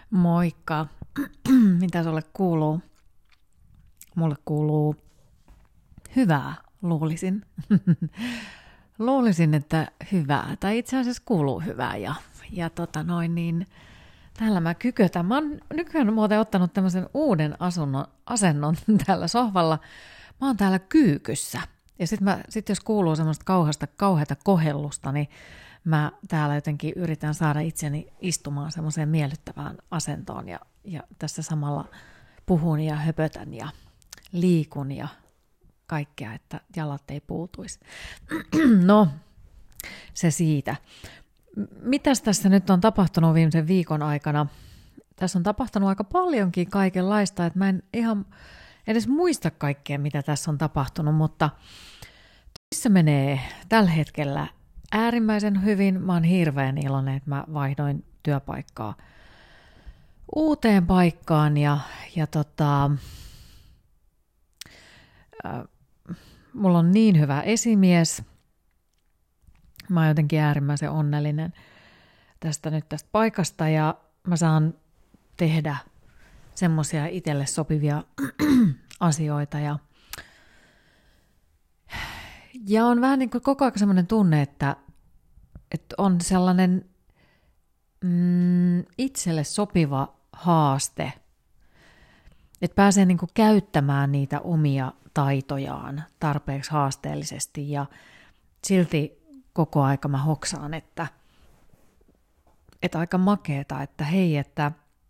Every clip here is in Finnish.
Moikka. Mitä sulle kuuluu? Mulle kuuluu hyvää, luulisin. Luulisin, että hyvää. Tai itse asiassa kuuluu hyvää. Täällä mä kykötän. Mä oon nykyään muuten ottanut tämmöisen uuden asennon täällä sohvalla. Mä oon täällä kyykyssä. Ja sit jos kuuluu semmoista kauheata kohellusta, niin mä täällä jotenkin yritän saada itseni istumaan semmoiseen miellyttävään asentoon ja tässä samalla puhun ja höpötän ja liikun ja kaikkea, että jalat ei puutuisi. No, se siitä. Mitäs tässä nyt on tapahtunut viimeisen viikon aikana? Tässä on tapahtunut aika paljonkin kaikenlaista, että mä en ihan edes muista kaikkea, mitä tässä on tapahtunut, mutta missä menee tällä hetkellä äärimmäisen hyvin. Mä oon hirveän iloinen, että mä vaihdoin työpaikkaa uuteen paikkaan mulla on niin hyvä esimies. Mä oon jotenkin äärimmäisen onnellinen tästä paikasta ja mä saan tehdä semmoisia itselle sopivia asioita ja on vähän niin kuin koko ajan semmoinen tunne, että on sellainen itselle sopiva haaste, että pääsee niin kuin käyttämään niitä omia taitojaan tarpeeksi haasteellisesti ja silti koko aika mä hoksaan, että aika makeeta, että hei, että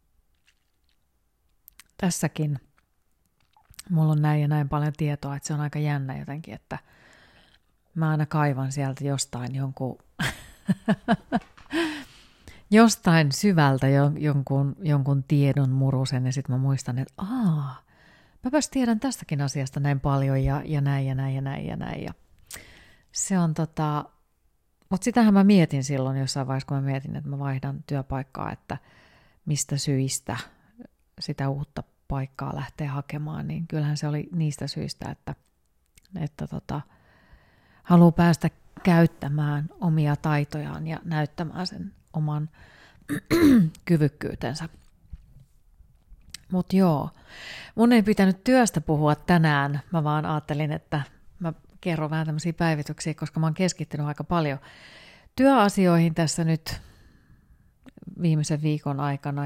tässäkin mulla on näin ja näin paljon tietoa, että se on aika jännä jotenkin, että mä aina kaivan sieltä jostain jostain syvältä jonkun tiedon murusen ja sitten mä muistan, että mäpäs tiedän tästäkin asiasta näin paljon ja näin ja näin ja näin ja näin. Ja se on mutta sitähän mä mietin silloin jossain vaiheessa, kun mä mietin, että mä vaihdan työpaikkaa, että mistä syistä sitä uutta paikkaa lähtee hakemaan, niin kyllähän se oli niistä syistä, että haluaa päästä käyttämään omia taitojaan ja näyttämään sen oman kyvykkyytensä. Mutta joo, mun ei pitänyt työstä puhua tänään. Mä vaan ajattelin, että mä kerron vähän tämmöisiä päivityksiä, koska mä oon keskittynyt aika paljon työasioihin tässä nyt viimeisen viikon aikana.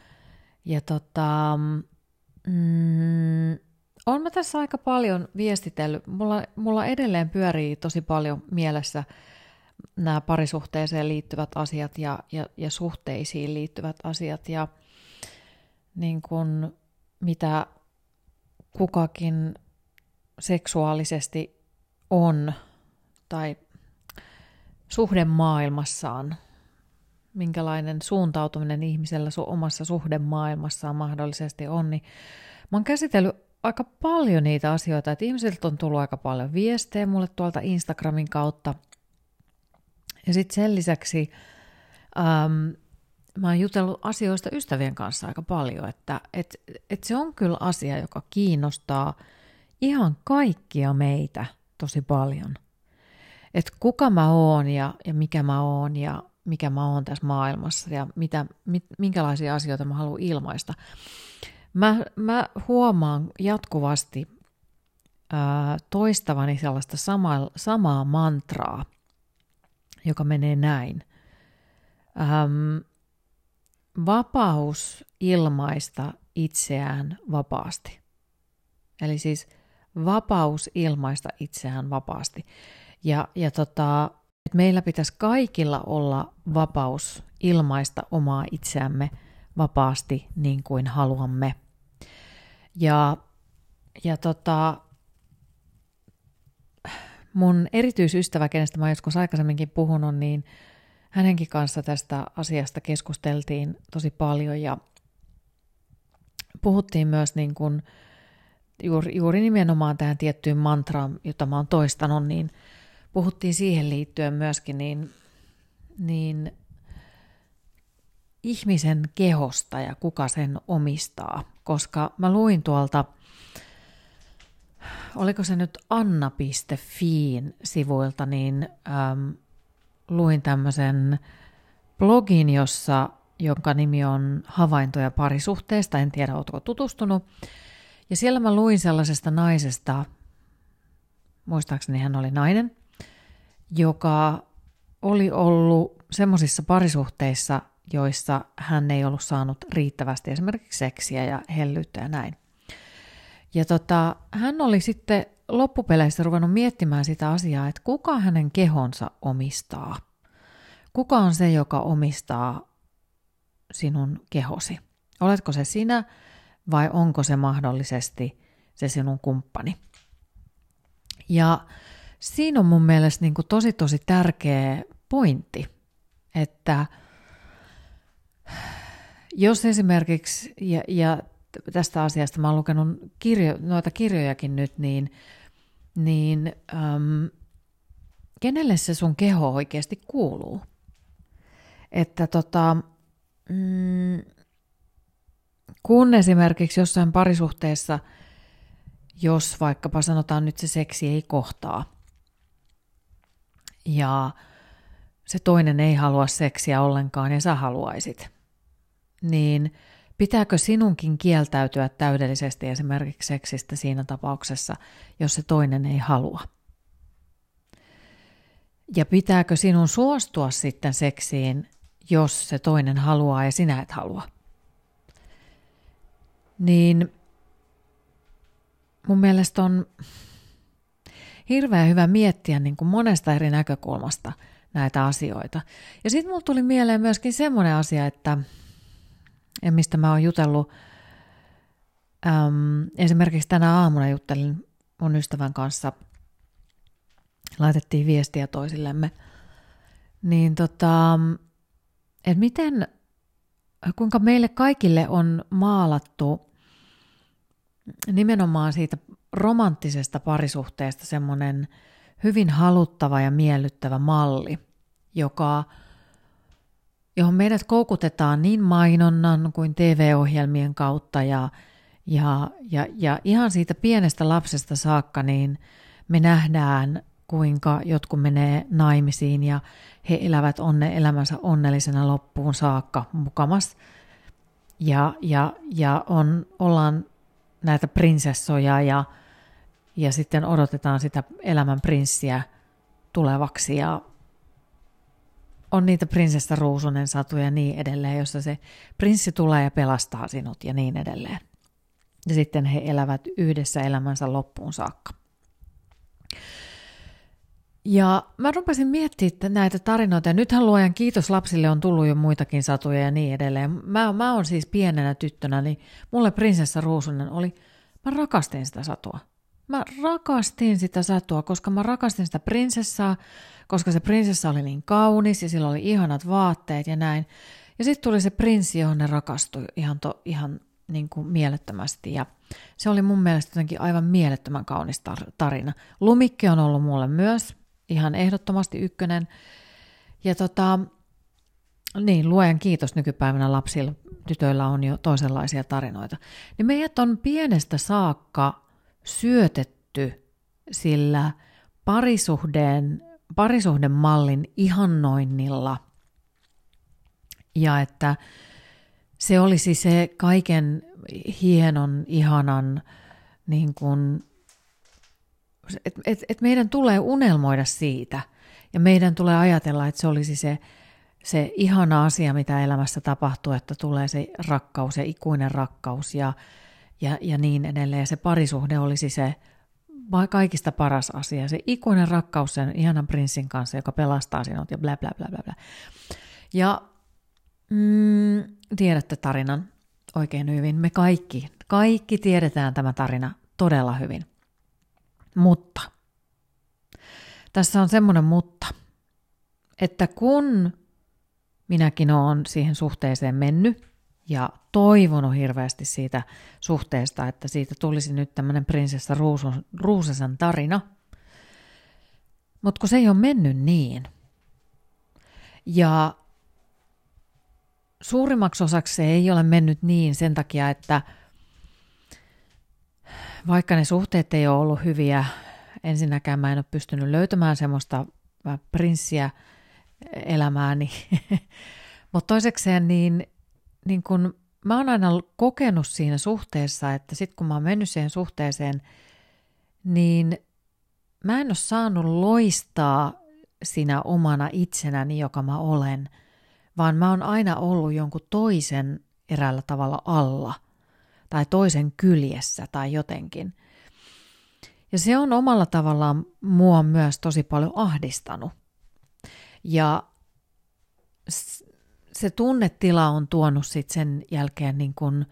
Olen mä tässä aika paljon viestitellyt. Mulla edelleen pyörii tosi paljon mielessä nämä parisuhteeseen liittyvät asiat ja suhteisiin liittyvät asiat ja niin kuin mitä kukakin seksuaalisesti on tai suhdemaailmassaan, minkälainen suuntautuminen ihmisellä omassa suhdemaailmassaan mahdollisesti on, niin mä oon käsitellyt aika paljon niitä asioita, että ihmisiltä on tullut aika paljon viestejä mulle tuolta Instagramin kautta. Ja sitten sen lisäksi mä oon jutellut asioista ystävien kanssa aika paljon, että se on kyllä asia, joka kiinnostaa ihan kaikkia meitä tosi paljon. Että kuka mä oon ja mikä mä oon ja mikä mä oon tässä maailmassa ja minkälaisia asioita mä haluan ilmaista. Mä huomaan jatkuvasti toistavani sellaista samaa mantraa, joka menee näin. Vapaus ilmaista itseään vapaasti. Eli siis vapaus ilmaista itseään vapaasti. Että meillä pitäisi kaikilla olla vapaus ilmaista omaa itseämme vapaasti niin kuin haluamme. Mun erityisystävä, kenestä mä joskus aikaisemminkin puhunut, niin hänenkin kanssa tästä asiasta keskusteltiin tosi paljon ja puhuttiin myös niin kuin juuri nimenomaan tähän tiettyyn mantraan, jota mä oon toistanut, niin puhuttiin siihen liittyen myöskin niin ihmisen kehosta ja kuka sen omistaa, koska mä luin tuolta, oliko se nyt anna.fiin sivuilta, niin luin tämmöisen blogin, jonka nimi on Havaintoja parisuhteesta, en tiedä, oletko tutustunut. Ja siellä mä luin sellaisesta naisesta, muistaakseni hän oli nainen, joka oli ollut semmoisissa parisuhteissa, joissa hän ei ollut saanut riittävästi esimerkiksi seksiä ja hellyyttä ja näin. Ja hän oli sitten loppupeleissä ruvennut miettimään sitä asiaa, että kuka hänen kehonsa omistaa. Kuka on se, joka omistaa sinun kehosi? Oletko se sinä vai onko se mahdollisesti se sinun kumppani? Ja siinä on mun mielestä niin kuin tosi tosi pointti, että jos esimerkiksi, ja tästä asiasta mä oon lukenut noita kirjojakin nyt, niin kenelle se sun keho oikeasti kuuluu? Että kun esimerkiksi jossain parisuhteessa, jos vaikkapa sanotaan nyt se seksi ei kohtaa ja se toinen ei halua seksiä ollenkaan ja sä haluaisit, niin pitääkö sinunkin kieltäytyä täydellisesti esimerkiksi seksistä siinä tapauksessa, jos se toinen ei halua? Ja pitääkö sinun suostua sitten seksiin, jos se toinen haluaa ja sinä et halua? Niin mun mielestä on hirveän hyvä miettiä niin kuin monesta eri näkökulmasta näitä asioita. Ja sitten mulle tuli mieleen myöskin semmoinen asia, että mistä mä oon jutellut, esimerkiksi tänä aamuna juttelin mun ystävän kanssa, laitettiin viestiä toisillemme, niin että kuinka meille kaikille on maalattu nimenomaan siitä romanttisesta parisuhteesta semmoinen hyvin haluttava ja miellyttävä malli, johon meidät koukutetaan niin mainonnan kuin TV-ohjelmien kautta ja ihan siitä pienestä lapsesta saakka, niin me nähdään, kuinka jotkut menee naimisiin ja he elävät elämänsä onnellisena loppuun saakka mukamas. Ja ollaan näitä prinsessoja ja sitten odotetaan sitä elämän prinssiä tulevaksi ja on niitä prinsessa Ruusunen satuja ja niin edelleen, jossa se prinssi tulee ja pelastaa sinut ja niin edelleen. Ja sitten he elävät yhdessä elämänsä loppuun saakka. Ja mä rupesin miettimään näitä tarinoita, ja nythän luojan kiitos, lapsille on tullut jo muitakin satuja ja niin edelleen. Mä oon siis pienenä tyttönä, niin mulle prinsessa Ruusunen mä rakastin sitä satua. Mä rakastin sitä satua, koska mä rakastin sitä prinsessaa, koska se prinsessa oli niin kaunis ja sillä oli ihanat vaatteet ja näin. Ja sitten tuli se prinssi, johon ne rakastui ihan niin kuin mielettömästi. Ja se oli mun mielestä jotenkin aivan mielettömän kaunis tarina. Lumikki on ollut mulle myös ihan ehdottomasti ykkönen. Ja niin, luojan kiitos, nykypäivänä lapsilla, tytöillä on jo toisenlaisia tarinoita. Niin meidät on pienestä saakka syötetty sillä parisuhdemallin ihannoinnilla. Ja että se olisi se kaiken hienon, ihanan, niin kuin, että meidän tulee unelmoida siitä. Ja meidän tulee ajatella, että se olisi se ihana asia, mitä elämässä tapahtuu, että tulee se rakkaus ja ikuinen rakkaus ja niin edelleen. Ja se parisuhde olisi se kaikista paras asia. Se ikuinen rakkaus sen ihanan prinssin kanssa, joka pelastaa sinut ja bla bla bla bla bla. Ja tiedätte tarinan oikein hyvin. Me kaikki tiedetään tämä tarina todella hyvin. Mutta tässä on semmoinen mutta, että kun minäkin olen siihen suhteeseen mennyt ja toivonut hirveästi siitä suhteesta, että siitä tulisi nyt tämmöinen prinsessa Ruususen tarina, mutta kun se ei ole mennyt niin. Ja suurimmaksi osaksi se ei ole mennyt niin sen takia, että vaikka ne suhteet ei ole ollut hyviä, ensinnäkään mä en ole pystynyt löytämään semmoista prinssiä elämääni, mutta toisekseen niin niin kun, mä oon aina kokenut siinä suhteessa, että sit kun mä oon mennyt siihen suhteeseen, niin mä en ole saanut loistaa sinä omana itsenäni, joka mä olen, vaan mä oon aina ollut jonkun toisen eräällä tavalla alla tai toisen kyljessä tai jotenkin. Ja se on omalla tavallaan mua myös tosi paljon ahdistanut. Ja se tunnetila on tuonut sitten sen jälkeen niin kuin,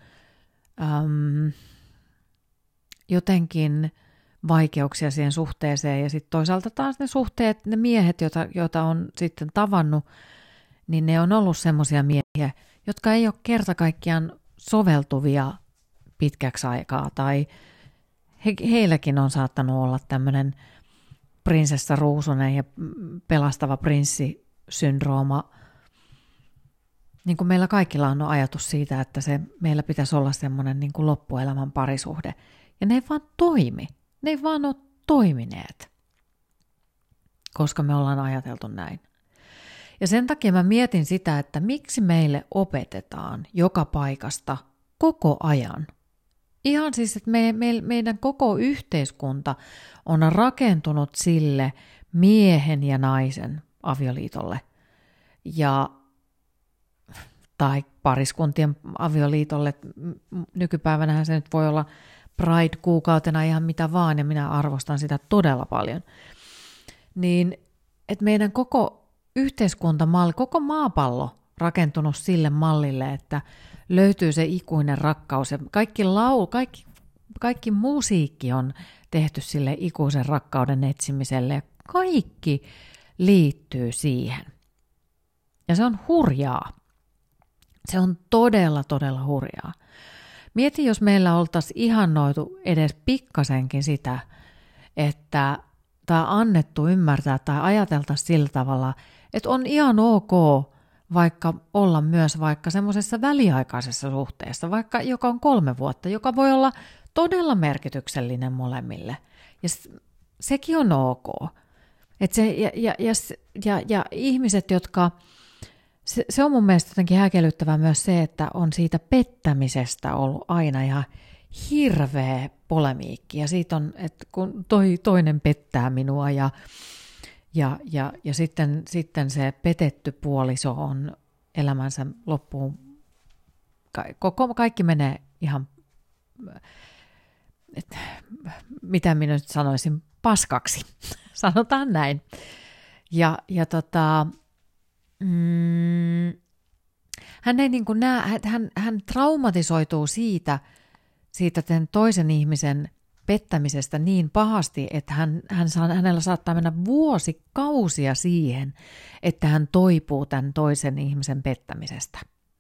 jotenkin vaikeuksia siihen suhteeseen. Ja sitten toisaalta taas ne suhteet, ne miehet, joita on sitten tavannut, niin ne on ollut semmoisia miehiä, jotka ei ole kerta kaikkiaan soveltuvia pitkäksi aikaa. Tai heilläkin on saattanut olla tämmöinen prinsessa ruusunen ja pelastava prinssi-syndrooma. Niin kuin meillä kaikilla on ajatus siitä, että meillä pitäisi olla semmoinen niin kuin loppuelämän parisuhde. Ja ne ei vaan toimi. Ne ei vaan ole toimineet, koska me ollaan ajateltu näin. Ja sen takia mä mietin sitä, että miksi meille opetetaan joka paikasta koko ajan. Ihan siis, että meidän koko yhteiskunta on rakentunut sille miehen ja naisen avioliitolle tai pariskuntien avioliitolle. Nykypäivänähän se nyt voi olla Pride-kuukautena ihan mitä vaan, ja minä arvostan sitä todella paljon. Niin, että meidän koko yhteiskuntamalli, koko maapallo rakentunut sille mallille, että löytyy se ikuinen rakkaus, ja kaikki musiikki on tehty sille ikuisen rakkauden etsimiselle, ja kaikki liittyy siihen. Ja se on hurjaa. Se on todella, todella hurjaa. Mieti, jos meillä oltaisiin ihannoitu edes pikkasenkin sitä, että tai annettu ymmärtää tai ajateltaisiin sillä tavalla, että on ihan ok vaikka olla myös vaikka semmoisessa väliaikaisessa suhteessa, vaikka joka on 3 vuotta, joka voi olla todella merkityksellinen molemmille. Ja sekin on ok. Et ja ihmiset, jotka... Se on mun mielestä jotenkin häkellyttävää myös se, että on siitä pettämisestä ollut aina ihan hirveä polemiikki. Ja siitä on, että kun toinen pettää minua ja sitten se petetty puoliso on elämänsä loppuun. Kaikki menee ihan, mitä minä nyt sanoisin, paskaksi. Sanotaan näin. Hän ei niin kuin näe, hän traumatisoituu siitä toisen ihmisen pettämisestä niin pahasti, että hänellä saattaa mennä vuosikausia siihen, että hän toipuu tämän toisen ihmisen pettämisestä.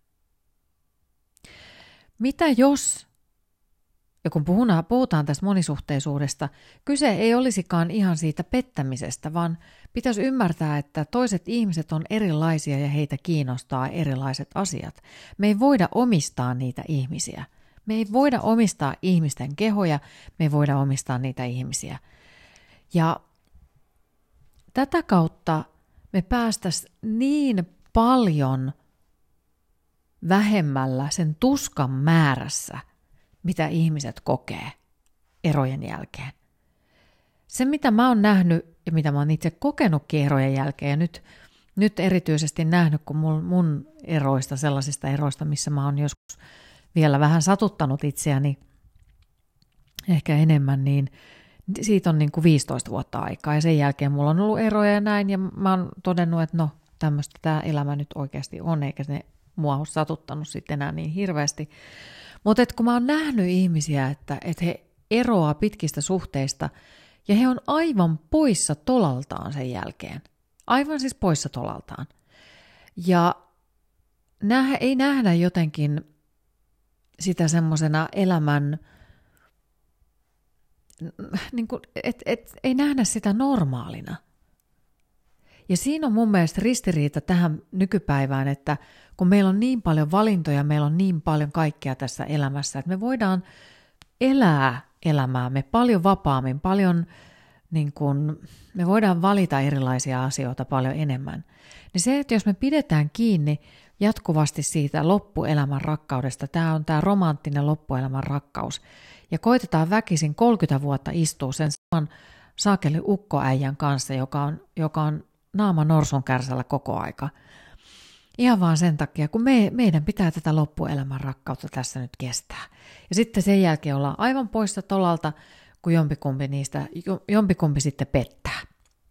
Mitä jos, ja kun puhutaan tästä monisuhteisuudesta, kyse ei olisikaan ihan siitä pettämisestä, vaan pitäisi ymmärtää, että toiset ihmiset on erilaisia ja heitä kiinnostaa erilaiset asiat. Me ei voida omistaa niitä ihmisiä. Me ei voida omistaa ihmisten kehoja, me ei voida omistaa niitä ihmisiä. Ja tätä kautta me päästäisiin niin paljon vähemmällä sen tuskan määrässä, mitä ihmiset kokee erojen jälkeen. Se, mitä mä oon nähnyt ja mitä mä oon itse kokenutkin erojen jälkeen, ja nyt erityisesti nähnyt, kun mun eroista, sellaisista eroista, missä mä oon joskus vielä vähän satuttanut itseäni ehkä enemmän, niin siitä on niin kuin 15 vuotta aikaa, ja sen jälkeen mulla on ollut eroja ja näin, ja mä oon todennut, että no, tämmöistä tämä elämä nyt oikeasti on, eikä se mua ole satuttanut sitten enää niin hirveästi. Mutta kun mä oon nähnyt ihmisiä, että he eroaa pitkistä suhteista, ja he on aivan poissa tolaltaan sen jälkeen. Aivan siis poissa tolaltaan. Ja ei nähdä jotenkin sitä semmoisena elämän, niin kuin, ei nähdä sitä normaalina. Ja siinä on mun mielestä ristiriita tähän nykypäivään, että kun meillä on niin paljon valintoja, meillä on niin paljon kaikkea tässä elämässä, että me voidaan elää elämäämme paljon vapaammin, paljon niin kuin, me voidaan valita erilaisia asioita paljon enemmän. Niin se, että jos me pidetään kiinni jatkuvasti siitä loppuelämän rakkaudesta. Tämä on tämä romanttinen loppuelämän rakkaus. Ja koitetaan väkisin 30 vuotta istua sen saman saakeli ukkoäijän kanssa, joka on naama norsun kärsällä koko aika. Ihan vaan sen takia, kun meidän pitää tätä loppuelämän rakkautta tässä nyt kestää. Ja sitten sen jälkeen ollaan aivan poissa tolalta, kun jompikumpi sitten pettää.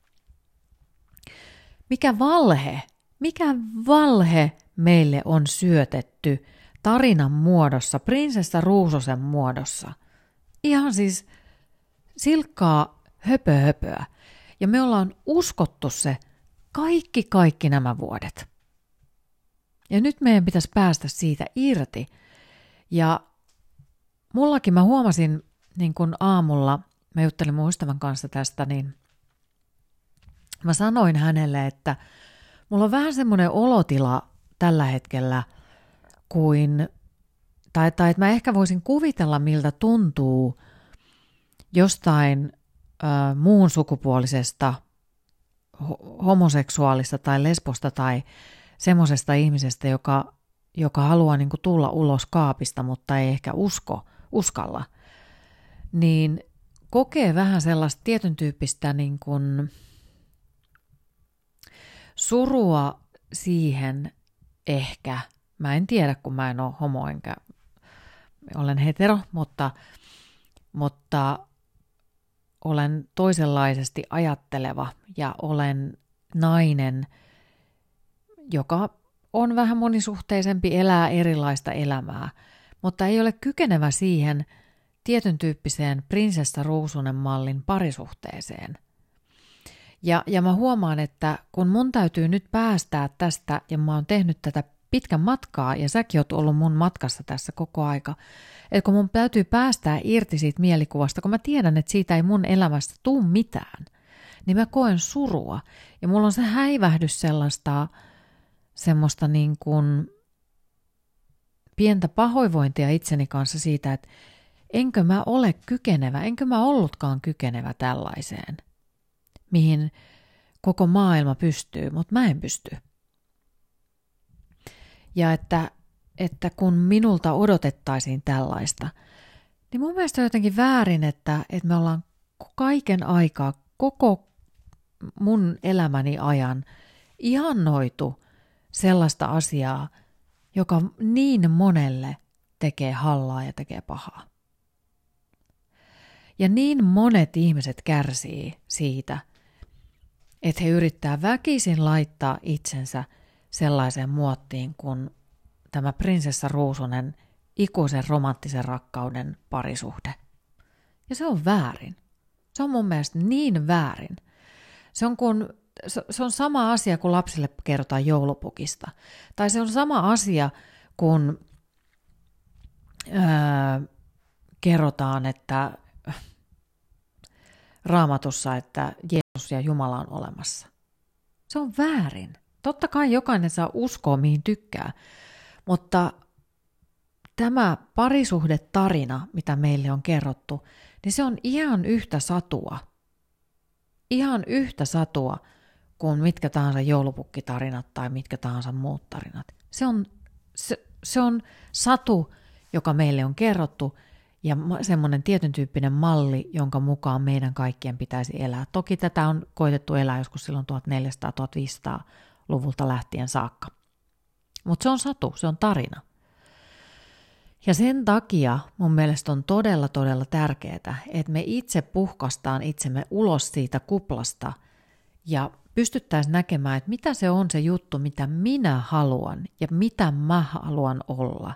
Mikä valhe meille on syötetty tarinan muodossa, prinsessa Ruususen muodossa. Ihan siis silkkaa höpöhöpöä. Ja me ollaan uskottu se kaikki nämä vuodet. Ja nyt meidän pitäisi päästä siitä irti. Ja mullakin mä huomasin niin kun aamulla, mä juttelin mun ystävän kanssa tästä, niin mä sanoin hänelle, että mulla on vähän semmoinen olotila tällä hetkellä tai että mä ehkä voisin kuvitella, miltä tuntuu jostain muun sukupuolisesta, homoseksuaalista tai lesbosta tai semmoisesta ihmisestä, joka haluaa niin kuin tulla ulos kaapista, mutta ei ehkä uskalla, niin kokee vähän sellaista tietyn tyyppistä niin kuin surua siihen ehkä. Mä en tiedä, kun mä en ole homo enkä olen hetero, mutta olen toisenlaisesti ajatteleva ja olen nainen, joka on vähän monisuhteisempi, elää erilaista elämää, mutta ei ole kykenevä siihen tietyn tyyppiseen prinsessa Ruusunen mallin parisuhteeseen. Ja mä huomaan, että kun mun täytyy nyt päästää tästä, ja mä oon tehnyt tätä pitkän matkaa, ja säkin oot ollut mun matkassa tässä koko aika, että kun mun täytyy päästää irti siitä mielikuvasta, kun mä tiedän, että siitä ei mun elämästä tule mitään, niin mä koen surua. Ja mulla on se häivähdys semmoista niin kuin pientä pahoinvointia itseni kanssa siitä, että enkö mä ole kykenevä, enkö mä ollutkaan kykenevä tällaiseen, mihin koko maailma pystyy, mutta mä en pysty. Ja että kun minulta odotettaisiin tällaista, niin mun mielestä on jotenkin väärin, että me ollaan kaiken aikaa, koko mun elämäni ajan ihannoitu sellaista asiaa, joka niin monelle tekee hallaa ja tekee pahaa. Ja niin monet ihmiset kärsii siitä, että he yrittää väkisin laittaa itsensä sellaiseen muottiin kuin tämä prinsessa Ruusunen ikuisen romanttisen rakkauden parisuhde. Ja se on väärin. Se on mun mielestä niin väärin. Se on sama asia, kun lapsille kerrotaan joulupukista. Tai se on sama asia, kun kerrotaan, että Raamatussa, että Jeesus ja Jumala on olemassa. Se on väärin. Totta kai jokainen saa uskoa, mihin tykkää, mutta tämä parisuhdetarina, mitä meille on kerrottu, niin se on ihan yhtä satua. Ihan yhtä satua kuin mitkä tahansa joulupukkitarinat tai mitkä tahansa muut tarinat. Se on satu, joka meille on kerrottu, ja semmoinen tietyn tyyppinen malli, jonka mukaan meidän kaikkien pitäisi elää. Toki tätä on koitettu elää joskus silloin 1400-1500-luvulta lähtien saakka. Mutta se on satu, se on tarina. Ja sen takia mun mielestä on todella, todella tärkeää, että me itse puhkastaan itsemme ulos siitä kuplasta ja pystyttäisiin näkemään, että mitä se on se juttu, mitä minä haluan ja mitä mä haluan olla.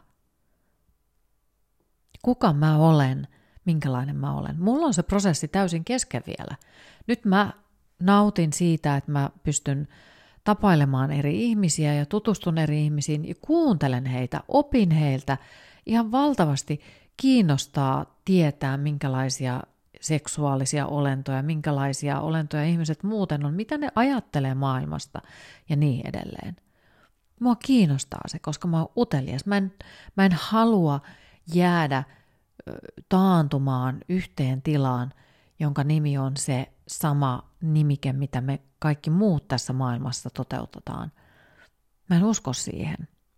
Kuka mä olen, minkälainen mä olen. Mulla on se prosessi täysin kesken vielä. Nyt mä nautin siitä, että mä pystyn tapailemaan eri ihmisiä ja tutustun eri ihmisiin ja kuuntelen heitä, opin heiltä. Ihan valtavasti kiinnostaa tietää, minkälaisia seksuaalisia olentoja, minkälaisia olentoja ihmiset muuten on, mitä ne ajattelee maailmasta ja niin edelleen. Mua kiinnostaa se, koska mä oon utelias. Mä en halua jäädä taantumaan yhteen tilaan, jonka nimi on se sama nimike, mitä me kaikki muut tässä maailmassa toteutetaan. Mä en usko siihen.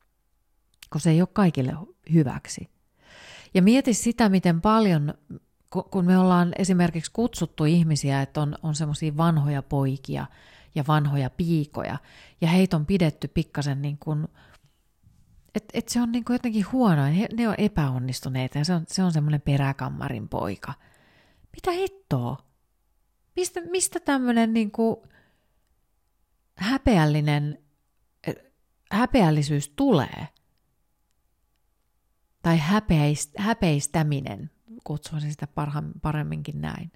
kun se ei ole kaikille hyväksi. Ja mieti sitä, miten paljon, kun me ollaan esimerkiksi kutsuttu ihmisiä, että on semmoisia vanhoja poikia ja vanhoja piikoja, ja heitä on pidetty pikkasen niin kuin, että se on niin kuin jotenkin huonoa, ne on epäonnistuneita, ja se on semmoinen peräkammarin poika. Mitä hittoa? Mistä tämmöinen niin kuin häpeällisyys tulee? Tai häpeistäminen, kutsuisin sitä paremminkin näin.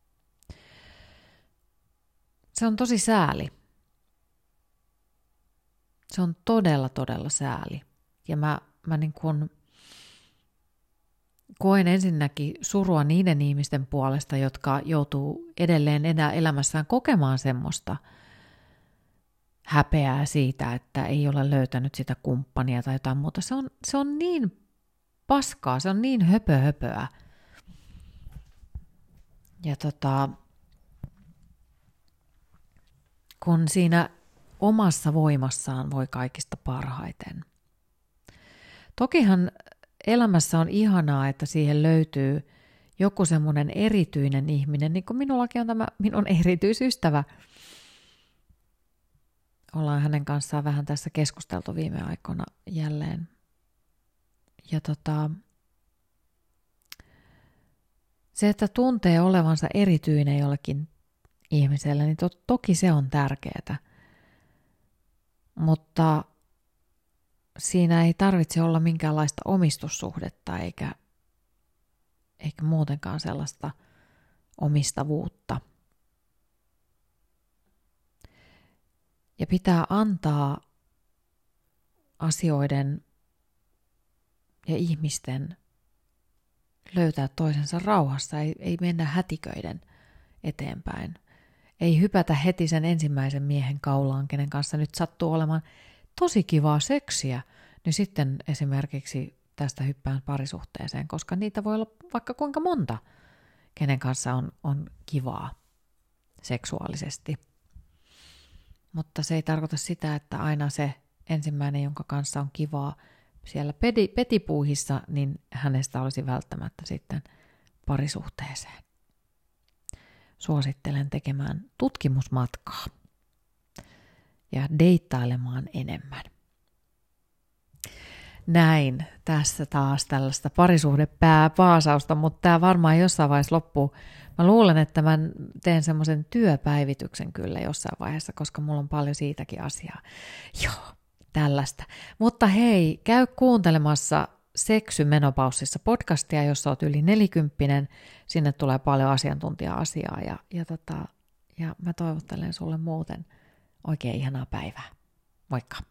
Se on tosi sääli. Se on todella, todella sääli. Ja mä niin kuin koen ensinnäkin surua niiden ihmisten puolesta, jotka joutuu edelleen enää elämässään kokemaan semmoista häpeää siitä, että ei ole löytänyt sitä kumppania tai jotain muuta. Se on niin paskaa, se on niin höpöhöpöä. Ja kun siinä omassa voimassaan voi kaikista parhaiten. Tokihan elämässä on ihanaa, että siihen löytyy joku semmoinen erityinen ihminen, niin kuin minullakin on tämä minun erityisystävä. Ollaan hänen kanssaan vähän tässä keskusteltu viime aikoina jälleen. Ja se, että tuntee olevansa erityinen jollekin ihmiselle, niin toki se on tärkeää. Mutta siinä ei tarvitse olla minkäänlaista omistussuhdetta eikä muutenkaan sellaista omistavuutta. Ja pitää antaa asioiden ja ihmisten löytää toisensa rauhassa, ei mennä hätiköiden eteenpäin. Ei hypätä heti sen ensimmäisen miehen kaulaan, kenen kanssa nyt sattuu olemaan tosi kivaa seksiä, niin sitten esimerkiksi tästä hyppään parisuhteeseen, koska niitä voi olla vaikka kuinka monta, kenen kanssa on kivaa seksuaalisesti. Mutta se ei tarkoita sitä, että aina se ensimmäinen, jonka kanssa on kivaa siellä petipuuhissa, niin hänestä olisi välttämättä sitten parisuhteeseen. Suosittelen tekemään tutkimusmatkaa ja deittailemaan enemmän. Näin, tässä taas tällaista parisuhdepääpaasausta, mutta tämä varmaan jossain vaiheessa loppuu. Mä luulen, että mä teen semmoisen työpäivityksen kyllä jossain vaiheessa, koska mulla on paljon siitäkin asiaa. Joo, tällaista. Mutta hei, käy kuuntelemassa Seksy Menopaussissa podcastia, jos oot yli 40. Sinne tulee paljon asiantuntija-asiaa ja mä toivottelen sulle muuten oikein ihanaa päivää. Moikka!